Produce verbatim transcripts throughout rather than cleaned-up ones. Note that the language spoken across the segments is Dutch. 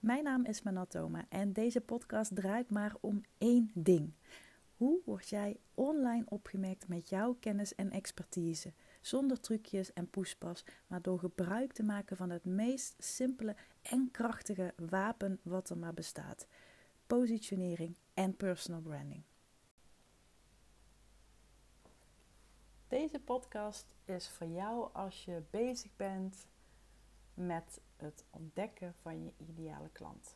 Mijn naam is Manatoma en deze podcast draait maar om één ding. Hoe word jij online opgemerkt met jouw kennis en expertise? Zonder trucjes en poespas, maar door gebruik te maken van het meest simpele en krachtige wapen wat er maar bestaat. Positionering en personal branding. Deze podcast is voor jou als je bezig bent met het ontdekken van je ideale klant.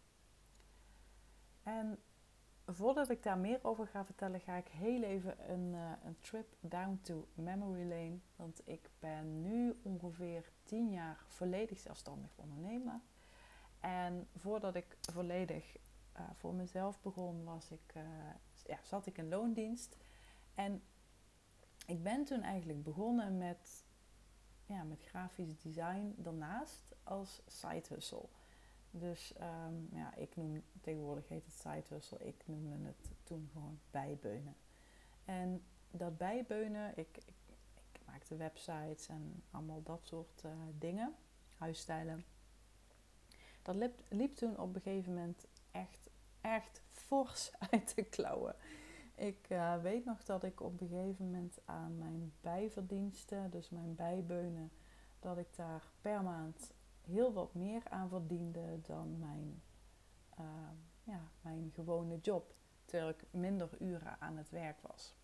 En voordat ik daar meer over ga vertellen, ga ik heel even een, uh, een trip down to memory lane. Want ik ben nu ongeveer tien jaar volledig zelfstandig ondernemer. En voordat ik volledig uh, voor mezelf begon, was ik, uh, ja, zat ik in loondienst. En ik ben toen eigenlijk begonnen met, ja, met grafisch design daarnaast als side hustle. Dus um, ja, ik noem, tegenwoordig heet het side hustle, ik noemde het toen gewoon bijbeunen. En dat bijbeunen, ik, ik, ik maakte websites en allemaal dat soort uh, dingen, huisstijlen. Dat liep, liep toen op een gegeven moment echt, echt fors uit de klauwen. Ik uh, weet nog dat ik op een gegeven moment aan mijn bijverdiensten, dus mijn bijbeunen, dat ik daar per maand heel wat meer aan verdiende dan mijn, uh, ja, mijn gewone job. Terwijl ik minder uren aan het werk was.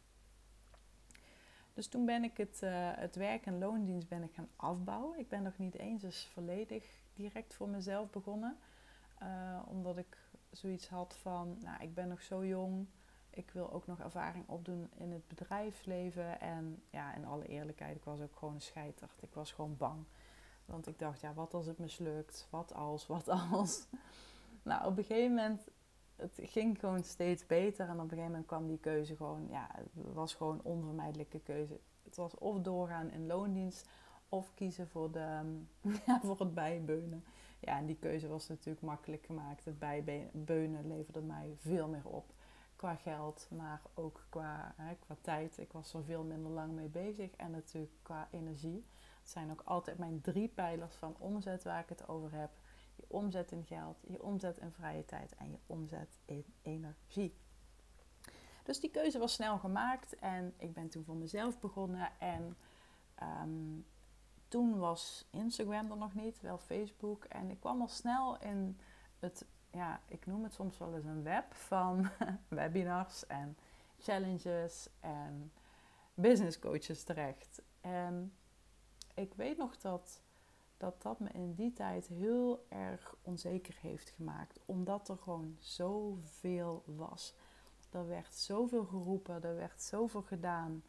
Dus toen ben ik het, uh, het werk en loondienst ben ik gaan afbouwen. Ik ben nog niet eens eens volledig direct voor mezelf begonnen. Uh, omdat ik zoiets had van, nou, ik ben nog zo jong. Ik wil ook nog ervaring opdoen in het bedrijfsleven. En ja, in alle eerlijkheid, ik was ook gewoon een scheiterd. Ik was gewoon bang. Want ik dacht, ja, wat als het mislukt? Wat als, wat als? Nou, op een gegeven moment, het ging gewoon steeds beter. En op een gegeven moment kwam die keuze gewoon, ja, het was gewoon een onvermijdelijke keuze. Het was of doorgaan in loondienst, of kiezen voor, de, ja, voor het bijbeunen. Ja, en die keuze was natuurlijk makkelijk gemaakt. Het bijbeunen leverde mij veel meer op. Qua geld, maar ook qua, hè, qua tijd. Ik was er veel minder lang mee bezig. En natuurlijk qua energie. Het zijn ook altijd mijn drie pijlers van omzet waar ik het over heb. Je omzet in geld, je omzet in vrije tijd en je omzet in energie. Dus die keuze was snel gemaakt en ik ben toen voor mezelf begonnen. En um, toen was Instagram er nog niet, wel Facebook. En ik kwam al snel in het, ja, ik noem het soms wel eens een web van webinars en challenges en business coaches terecht. En ik weet nog dat, dat dat me in die tijd heel erg onzeker heeft gemaakt. Omdat er gewoon zoveel was. Er werd zoveel geroepen, er werd zoveel gedaan.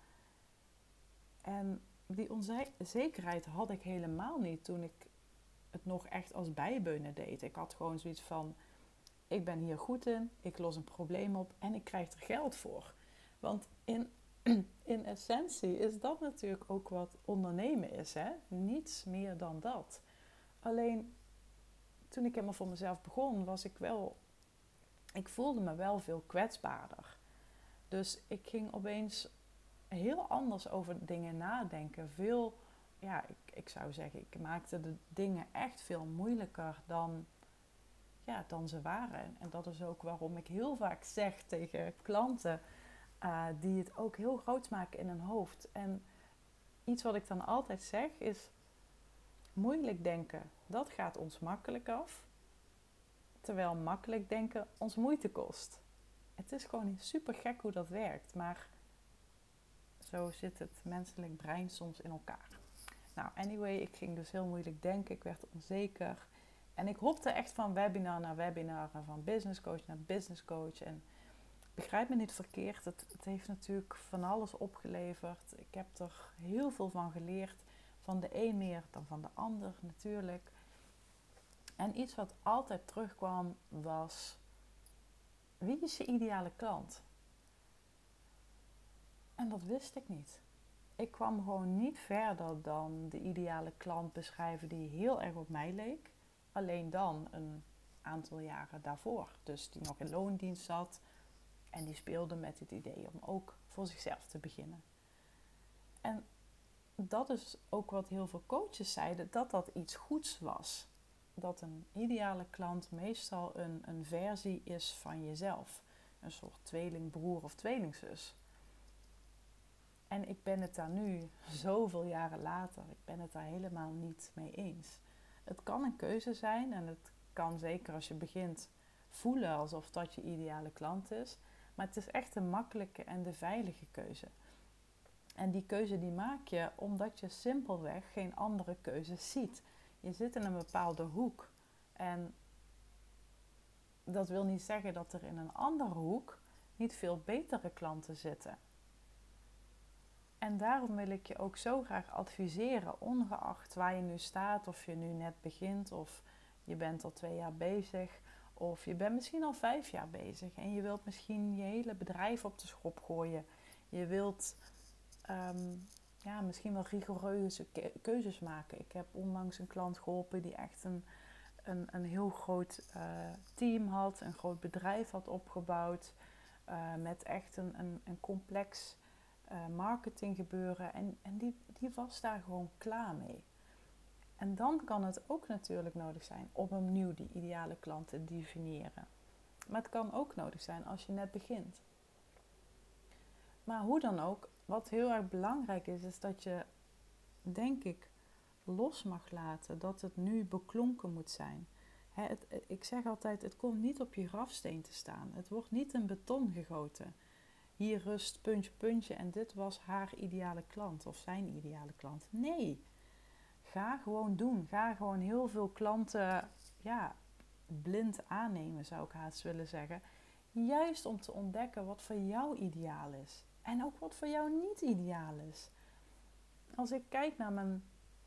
En die onzekerheid had ik helemaal niet toen ik het nog echt als bijbeunen deed. Ik had gewoon zoiets van, ik ben hier goed in, ik los een probleem op en ik krijg er geld voor. Want in, in essentie is dat natuurlijk ook wat ondernemen is, hè? Niets meer dan dat. Alleen, toen ik helemaal voor mezelf begon, was ik wel, ik voelde me wel veel kwetsbaarder. Dus ik ging opeens heel anders over dingen nadenken. Veel, ja, ik, ik zou zeggen, ik maakte de dingen echt veel moeilijker dan, ja, dan ze waren. En dat is ook waarom ik heel vaak zeg tegen klanten uh, die het ook heel groot maken in hun hoofd. En iets wat ik dan altijd zeg is, moeilijk denken, dat gaat ons makkelijk af. Terwijl makkelijk denken ons moeite kost. Het is gewoon super gek hoe dat werkt, maar zo zit het menselijk brein soms in elkaar. Nou, anyway, ik ging dus heel moeilijk denken. Ik werd onzeker. En ik hopte echt van webinar naar webinar. En van business coach naar business coach. En begrijp me niet verkeerd. Het, het heeft natuurlijk van alles opgeleverd. Ik heb er heel veel van geleerd. Van de een meer dan van de ander natuurlijk. En iets wat altijd terugkwam was, wie is je ideale klant? En dat wist ik niet. Ik kwam gewoon niet verder dan de ideale klant beschrijven die heel erg op mij leek. Alleen dan een aantal jaren daarvoor. Dus die nog in loondienst zat en die speelde met het idee om ook voor zichzelf te beginnen. En dat is ook wat heel veel coaches zeiden, dat dat iets goeds was. dat een ideale klant meestal een, een versie is van jezelf. Een soort tweelingbroer of tweelingzus. En ik ben het daar nu, zoveel jaren later, ik ben het daar helemaal niet mee eens. Het kan een keuze zijn en het kan zeker als je begint voelen alsof dat je ideale klant is. Maar het is echt de makkelijke en de veilige keuze. En die keuze die maak je omdat je simpelweg geen andere keuzes ziet. Je zit in een bepaalde hoek. En dat wil niet zeggen dat er in een andere hoek niet veel betere klanten zitten. En daarom wil ik je ook zo graag adviseren, ongeacht waar je nu staat, of je nu net begint, of je bent al twee jaar bezig, of je bent misschien al vijf jaar bezig en je wilt misschien je hele bedrijf op de schop gooien. Je wilt um, ja, misschien wel rigoureuze ke- keuzes maken. Ik heb onlangs een klant geholpen die echt een, een, een heel groot uh, team had, een groot bedrijf had opgebouwd, uh, met echt een, een, een complex uh, marketing gebeuren. En, en die, die was daar gewoon klaar mee. En dan kan het ook natuurlijk nodig zijn om opnieuw die ideale klant te definiëren. Maar het kan ook nodig zijn als je net begint. Maar hoe dan ook, wat heel erg belangrijk is, is dat je, denk ik, los mag laten dat het nu beklonken moet zijn. He, het, ik zeg altijd, het komt niet op je grafsteen te staan. Het wordt niet in beton gegoten. Hier rust puntje, puntje en dit was haar ideale klant of zijn ideale klant. Nee, ga gewoon doen. Ga gewoon heel veel klanten ja, blind aannemen, zou ik haast willen zeggen. Juist om te ontdekken wat voor jou ideaal is. En ook wat voor jou niet ideaal is. Als ik kijk naar mijn,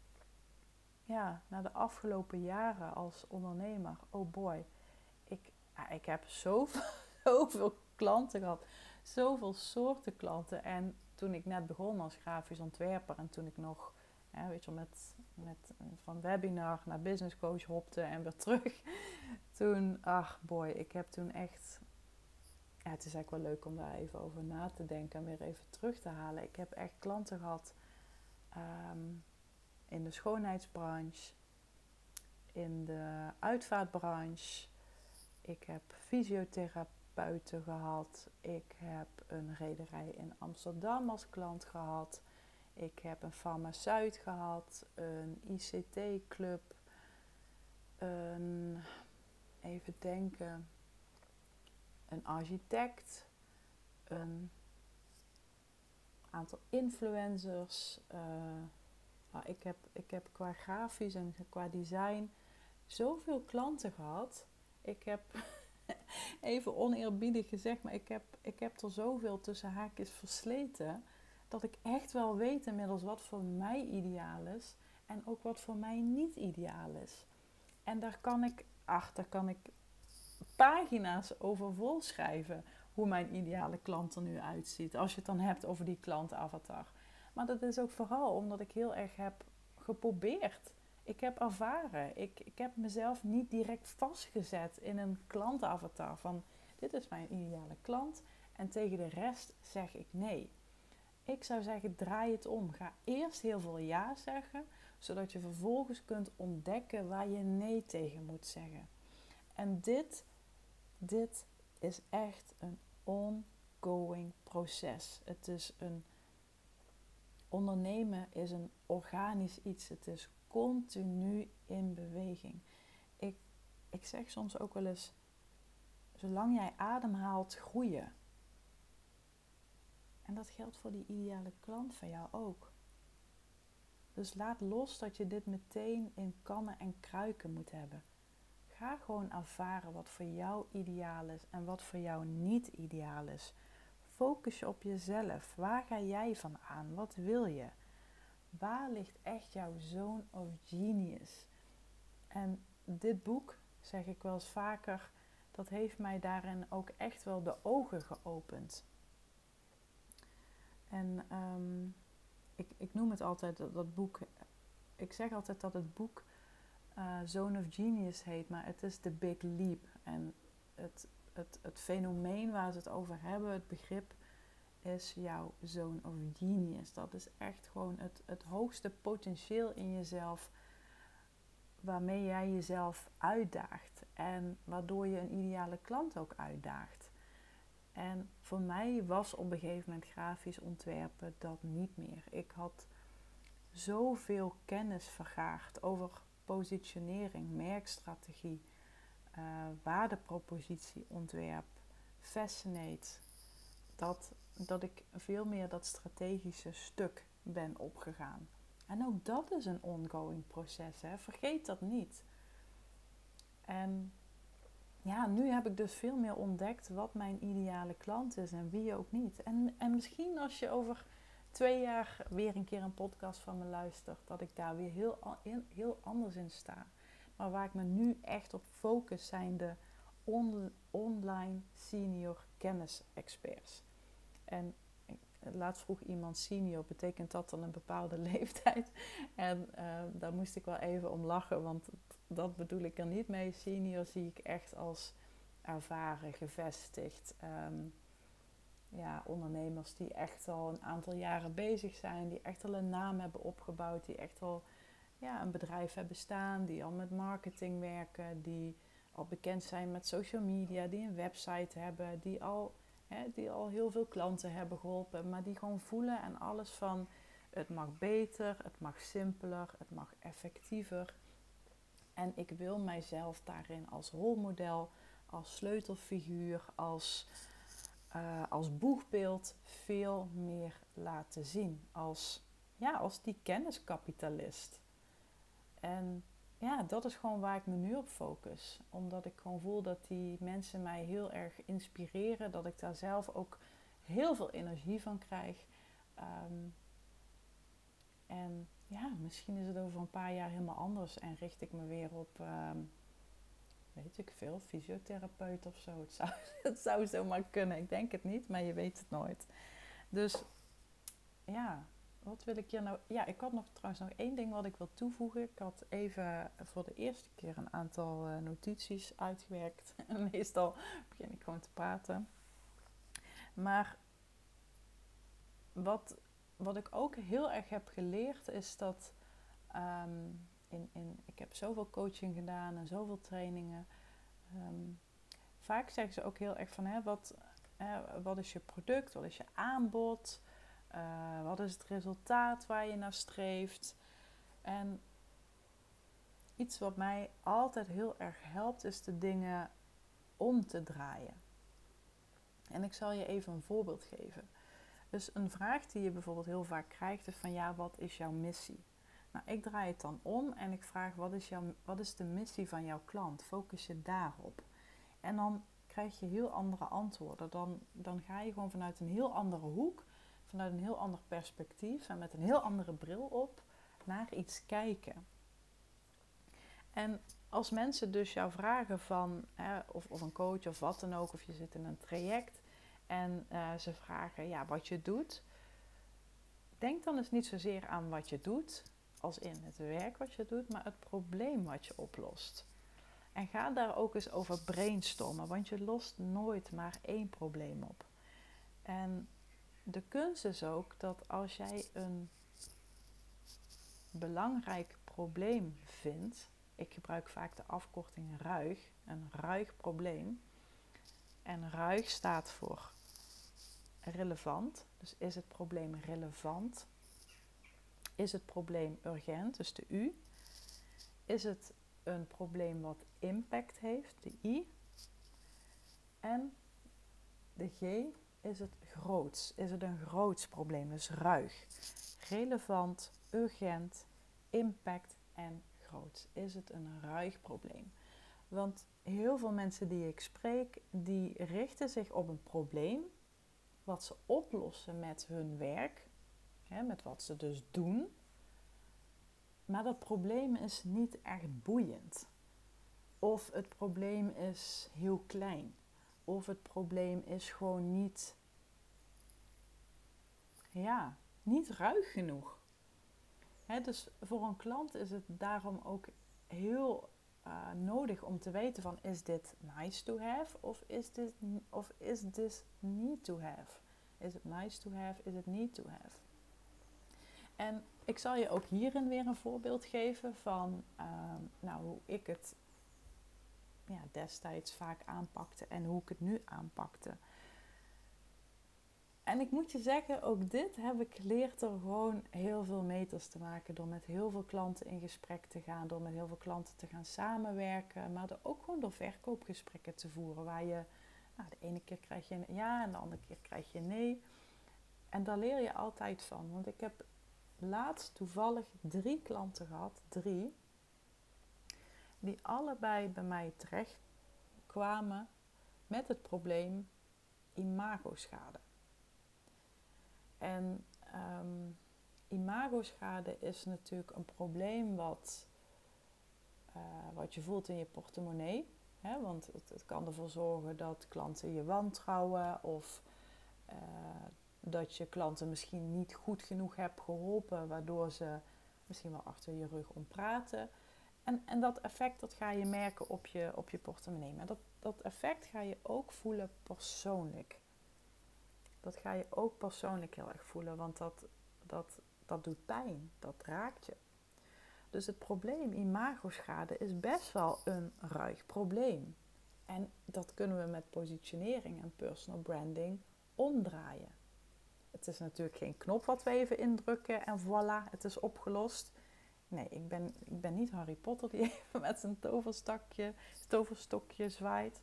ja, naar de afgelopen jaren als ondernemer. Oh boy, ik, ja, ik heb zoveel, zoveel klanten gehad. Zoveel soorten klanten. En toen ik net begon als grafisch ontwerper en toen ik nog, ja, weet je wel, met, met van webinar naar business coach hopte en weer terug. Toen, ach boy, ik heb toen echt, ja, het is eigenlijk wel leuk om daar even over na te denken en weer even terug te halen. Ik heb echt klanten gehad um, in de schoonheidsbranche, in de uitvaartbranche. Ik heb fysiotherapeuten gehad. Ik heb een rederij in Amsterdam als klant gehad. Ik heb een farmaceut gehad, een I C T-club, een, even denken, een architect, een aantal influencers. Uh, nou, ik, heb, ik heb qua grafisch en qua design zoveel klanten gehad. Ik heb, even oneerbiedig gezegd, maar ik heb, ik heb er zoveel tussen haakjes versleten, dat ik echt wel weet inmiddels wat voor mij ideaal is en ook wat voor mij niet ideaal is. En daar kan ik, ach, daar kan ik pagina's over volschrijven hoe mijn ideale klant er nu uitziet. Als je het dan hebt over die klantavatar. Maar dat is ook vooral omdat ik heel erg heb geprobeerd. Ik heb ervaren. Ik, ik heb mezelf niet direct vastgezet in een klantavatar van dit is mijn ideale klant en tegen de rest zeg ik nee. Ik zou zeggen, draai het om. Ga eerst heel veel ja zeggen, zodat je vervolgens kunt ontdekken waar je nee tegen moet zeggen. En dit, dit is echt een ongoing proces. Het is een ondernemen is een organisch iets. Het is continu in beweging. Ik, ik zeg soms ook wel eens, zolang jij ademhaalt, groeien. En dat geldt voor die ideale klant van jou ook. Dus laat los dat je dit meteen in kannen en kruiken moet hebben. Ga gewoon ervaren wat voor jou ideaal is en wat voor jou niet ideaal is. Focus je op jezelf. Waar ga jij van aan? Wat wil je? Waar ligt echt jouw zone of genius? En dit boek, zeg ik wel eens vaker, dat heeft mij daarin ook echt wel de ogen geopend. En um, ik, ik noem het altijd, dat, dat boek, ik zeg altijd dat het boek uh, Zone of Genius heet, maar het is The Big Leap. En het, het, het fenomeen waar ze het over hebben, het begrip, is jouw Zone of Genius. Dat is echt gewoon het, het hoogste potentieel in jezelf, waarmee jij jezelf uitdaagt en waardoor je een ideale klant ook uitdaagt. En voor mij was op een gegeven moment grafisch ontwerpen dat niet meer. Ik had zoveel kennis vergaard over positionering, merkstrategie, uh, waardepropositie, ontwerp, Fascinate. Dat, dat ik veel meer dat strategische stuk ben opgegaan. En ook dat is een ongoing proces, hè? Vergeet dat niet. En ja, nu heb ik dus veel meer ontdekt wat mijn ideale klant is en wie ook niet. En, en misschien als je over twee jaar weer een keer een podcast van me luistert, dat ik daar weer heel, heel anders in sta. Maar waar ik me nu echt op focus zijn de on, online senior kennisexperts. En laatst vroeg iemand senior, betekent dat dan een bepaalde leeftijd? En uh, daar moest ik wel even om lachen, want dat bedoel ik er niet mee. Senior zie ik echt als ervaren, gevestigd, um, ja, ondernemers die echt al een aantal jaren bezig zijn, die echt al een naam hebben opgebouwd, die echt al ja, een bedrijf hebben staan, die al met marketing werken, die al bekend zijn met social media, die een website hebben, die al... He, die al heel veel klanten hebben geholpen, maar die gewoon voelen en alles van het mag beter, het mag simpeler, het mag effectiever. En ik wil mijzelf daarin als rolmodel, als sleutelfiguur, als, uh, als boegbeeld veel meer laten zien. Als, ja, als die kenniskapitalist. En ja, dat is gewoon waar ik me nu op focus. Omdat ik gewoon voel dat die mensen mij heel erg inspireren. Dat ik daar zelf ook heel veel energie van krijg. Um, en ja, misschien is het over een paar jaar helemaal anders. En richt ik me weer op, um, weet ik veel, fysiotherapeut of zo. Het zou, het zou zomaar kunnen. Ik denk het niet, maar je weet het nooit. Dus ja... Wat wil ik hier nou... Ja, ik had nog trouwens nog één ding wat ik wil toevoegen. Ik had even voor de eerste keer een aantal uh, notities uitgewerkt. Meestal begin ik gewoon te praten. Maar wat, wat ik ook heel erg heb geleerd is dat... Um, in, in, ik heb zoveel coaching gedaan en zoveel trainingen. Um, vaak zeggen ze ook heel erg van... Hè, wat, uh, wat is je product? Wat is je aanbod? Uh, wat is het resultaat waar je naar streeft? En iets wat mij altijd heel erg helpt, is de dingen om te draaien. En ik zal je even een voorbeeld geven. Dus een vraag die je bijvoorbeeld heel vaak krijgt is van ja, wat is jouw missie? Nou, ik draai het dan om en ik vraag wat is, jouw, wat is de missie van jouw klant? Focus je daarop. En dan krijg je heel andere antwoorden. Dan, dan ga je gewoon vanuit een heel andere hoek, vanuit een heel ander perspectief en met een heel andere bril op naar iets kijken. En als mensen dus jou vragen van, hè, of, of een coach of wat dan ook, of je zit in een traject en uh, ze vragen ja, wat je doet, denk dan eens niet zozeer aan wat je doet, als in het werk wat je doet, maar het probleem wat je oplost. En ga daar ook eens over brainstormen, want je lost nooit maar één probleem op. En de kunst is ook dat als jij een belangrijk probleem vindt, ik gebruik vaak de afkorting RUIG, een ruig probleem. En RUIG staat voor relevant, dus is het probleem relevant? Is het probleem urgent, dus de U? Is het een probleem wat impact heeft, de I? En de G, is het groots? Is het een groots probleem, dus ruig? Relevant, urgent, impact en groots. Is het een ruig probleem? Want heel veel mensen die ik spreek, die richten zich op een probleem wat ze oplossen met hun werk, hè, met wat ze dus doen. Maar dat probleem is niet echt boeiend. Of het probleem is heel klein. Of het probleem is gewoon niet, ja, niet ruig genoeg. Hè, dus voor een klant is het daarom ook heel uh, nodig om te weten van, is dit nice to have of is dit of is this need to have? Is het nice to have, is het need to have? En Ik zal je ook hierin weer een voorbeeld geven van uh, nou, hoe ik het ja, destijds vaak aanpakte en hoe ik het nu aanpakte. En ik moet je zeggen, ook dit heb ik geleerd door gewoon heel veel meters te maken. Door met heel veel klanten in gesprek te gaan. Door met heel veel klanten te gaan samenwerken. Maar door ook gewoon door verkoopgesprekken te voeren. Waar je, nou, de ene keer krijg je een ja en de andere keer krijg je een nee. En daar leer je altijd van. Want ik heb laatst toevallig drie klanten gehad. Drie. Die allebei bij mij terecht kwamen met het probleem imagoschade. En um, imagoschade is natuurlijk een probleem wat, uh, wat je voelt in je portemonnee. Hè? Want het, het kan ervoor zorgen dat klanten je wantrouwen of uh, dat je klanten misschien niet goed genoeg hebt geholpen, waardoor ze misschien wel achter je rug om praten. En, en dat effect dat ga je merken op je, op je portemonnee. Maar dat, dat effect ga je ook voelen persoonlijk. Dat ga je ook persoonlijk heel erg voelen, want dat, dat, dat doet pijn, dat raakt je. Dus het probleem imagoschade is best wel een ruig probleem. En dat kunnen we met positionering en personal branding omdraaien. Het is natuurlijk geen knop wat we even indrukken en voilà, het is opgelost. Nee, ik ben, ik ben niet Harry Potter die even met zijn toverstokje, toverstokje zwaait.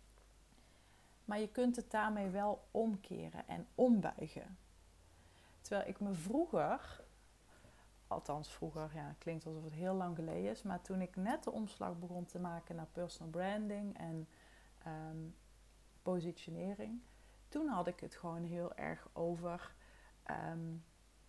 Maar je kunt het daarmee wel omkeren en ombuigen. Terwijl ik me vroeger, althans vroeger, ja, het klinkt alsof het heel lang geleden is, maar toen ik net de omslag begon te maken naar personal branding en um, positionering, toen had ik het gewoon heel erg over, um,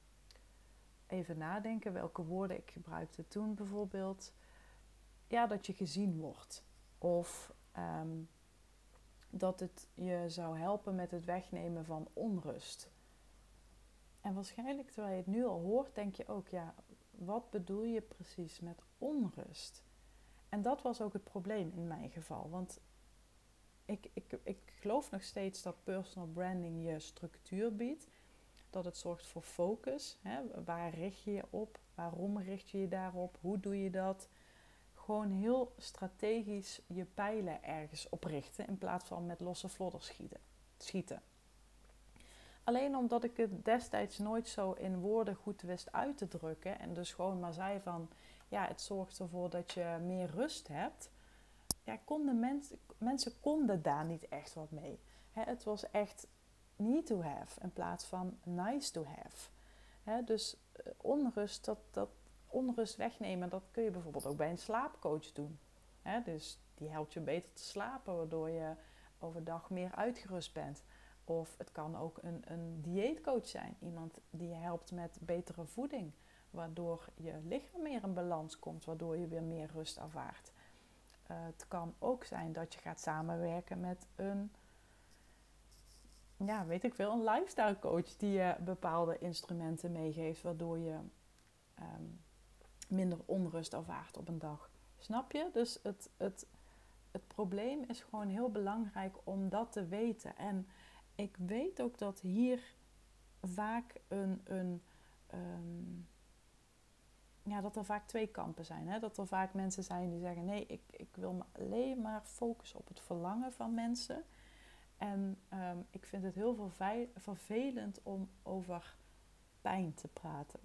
even nadenken welke woorden ik gebruikte toen bijvoorbeeld, ja, dat je gezien wordt. Of um, dat het je zou helpen met het wegnemen van onrust. En waarschijnlijk terwijl je het nu al hoort, denk je ook, ja, wat bedoel je precies met onrust? En dat was ook het probleem in mijn geval. Want ik, ik, ik geloof nog steeds dat personal branding je structuur biedt. Dat het zorgt voor focus. Hè? Waar richt je je op? Waarom richt je je daarop? Hoe doe je dat? Gewoon heel strategisch je pijlen ergens op richten in plaats van met losse vlodders schieten. schieten. Alleen omdat ik het destijds nooit zo in woorden goed wist uit te drukken en dus gewoon maar zei van, ja, het zorgt ervoor dat je meer rust hebt. Ja, konden mens, mensen konden daar niet echt wat mee. Hè, het was echt need to have in plaats van nice to have. Hè, dus onrust, dat, dat onrust wegnemen, dat kun je bijvoorbeeld ook bij een slaapcoach doen. Hè, dus die helpt je beter te slapen, waardoor je overdag meer uitgerust bent. Of het kan ook een, een dieetcoach zijn. Iemand die je helpt met betere voeding. Waardoor je lichaam meer in balans komt. Waardoor je weer meer rust ervaart. Uh, het kan ook zijn dat je gaat samenwerken met een, ja, weet ik veel, een lifestyle coach. Die je bepaalde instrumenten meegeeft. Waardoor je um, minder onrust ervaart op een dag. Snap je? Dus het, het, het probleem is gewoon heel belangrijk om dat te weten. En ik weet ook dat hier vaak een, een um, ja, dat er vaak twee kampen zijn. Hè? Dat er vaak mensen zijn die zeggen, nee, ik, ik wil me alleen maar focussen op het verlangen van mensen. En um, ik vind het heel verve- vervelend om over pijn te praten.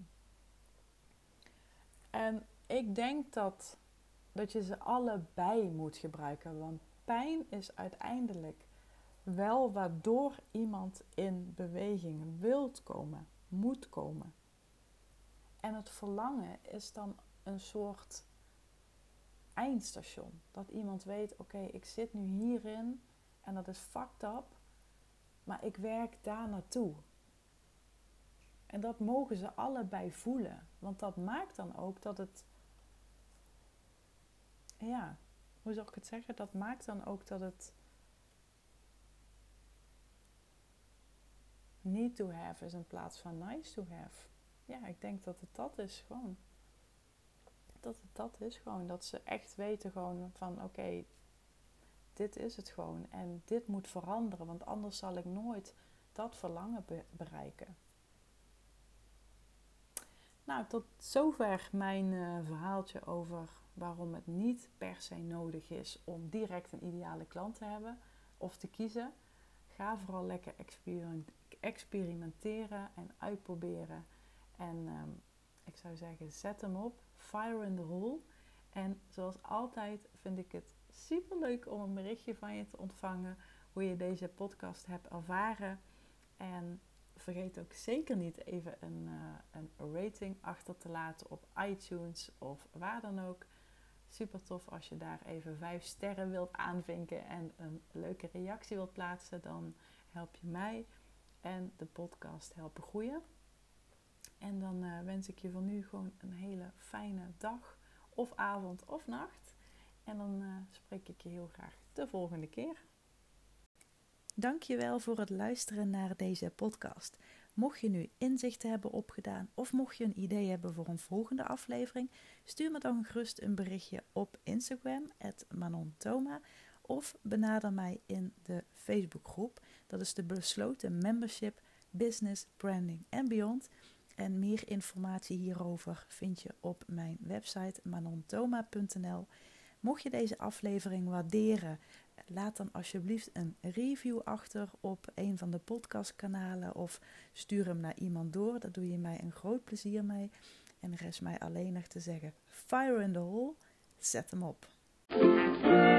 En ik denk dat, dat je ze allebei moet gebruiken. Want pijn is uiteindelijk wel waardoor iemand in beweging wilt komen, moet komen. En het verlangen is dan een soort eindstation. Dat iemand weet, oké, okay, ik zit nu hierin en dat is fucked up, maar ik werk daar naartoe. En dat mogen ze allebei voelen. Want dat maakt dan ook dat het, ja, hoe zal ik het zeggen? Dat maakt dan ook dat het need to have is in plaats van nice to have. Ja, ik denk dat het dat is gewoon. Dat het dat is gewoon. Dat ze echt weten gewoon van oké, okay, dit is het gewoon. En dit moet veranderen, want anders zal ik nooit dat verlangen be- bereiken. Nou, tot zover mijn uh, verhaaltje over waarom het niet per se nodig is om direct een ideale klant te hebben of te kiezen. Ga vooral lekker experimenteren en uitproberen. En um, ik zou zeggen, zet hem op. Fire in the hole. En zoals altijd vind ik het super leuk om een berichtje van je te ontvangen. Hoe je deze podcast hebt ervaren. En vergeet ook zeker niet even een, uh, een rating achter te laten op iTunes of waar dan ook. Super tof als je daar even vijf sterren wilt aanvinken en een leuke reactie wilt plaatsen. Dan help je mij en de podcast helpen groeien. En dan uh, wens ik je voor nu gewoon een hele fijne dag of avond of nacht. En dan uh, spreek ik je heel graag de volgende keer. Dankjewel voor het luisteren naar deze podcast. Mocht je nu inzichten hebben opgedaan of mocht je een idee hebben voor een volgende aflevering, stuur me dan gerust een berichtje op Instagram, at Manon Thoma, of benader mij in de Facebookgroep. Dat is de besloten membership Business, Branding en Beyond. En meer informatie hierover vind je op mijn website manon thoma punt n l. Mocht je deze aflevering waarderen, laat dan alsjeblieft een review achter op een van de podcastkanalen of stuur hem naar iemand door. Daar doe je mij een groot plezier mee. En er is mij alleen nog te zeggen, fire in the hole, zet hem op.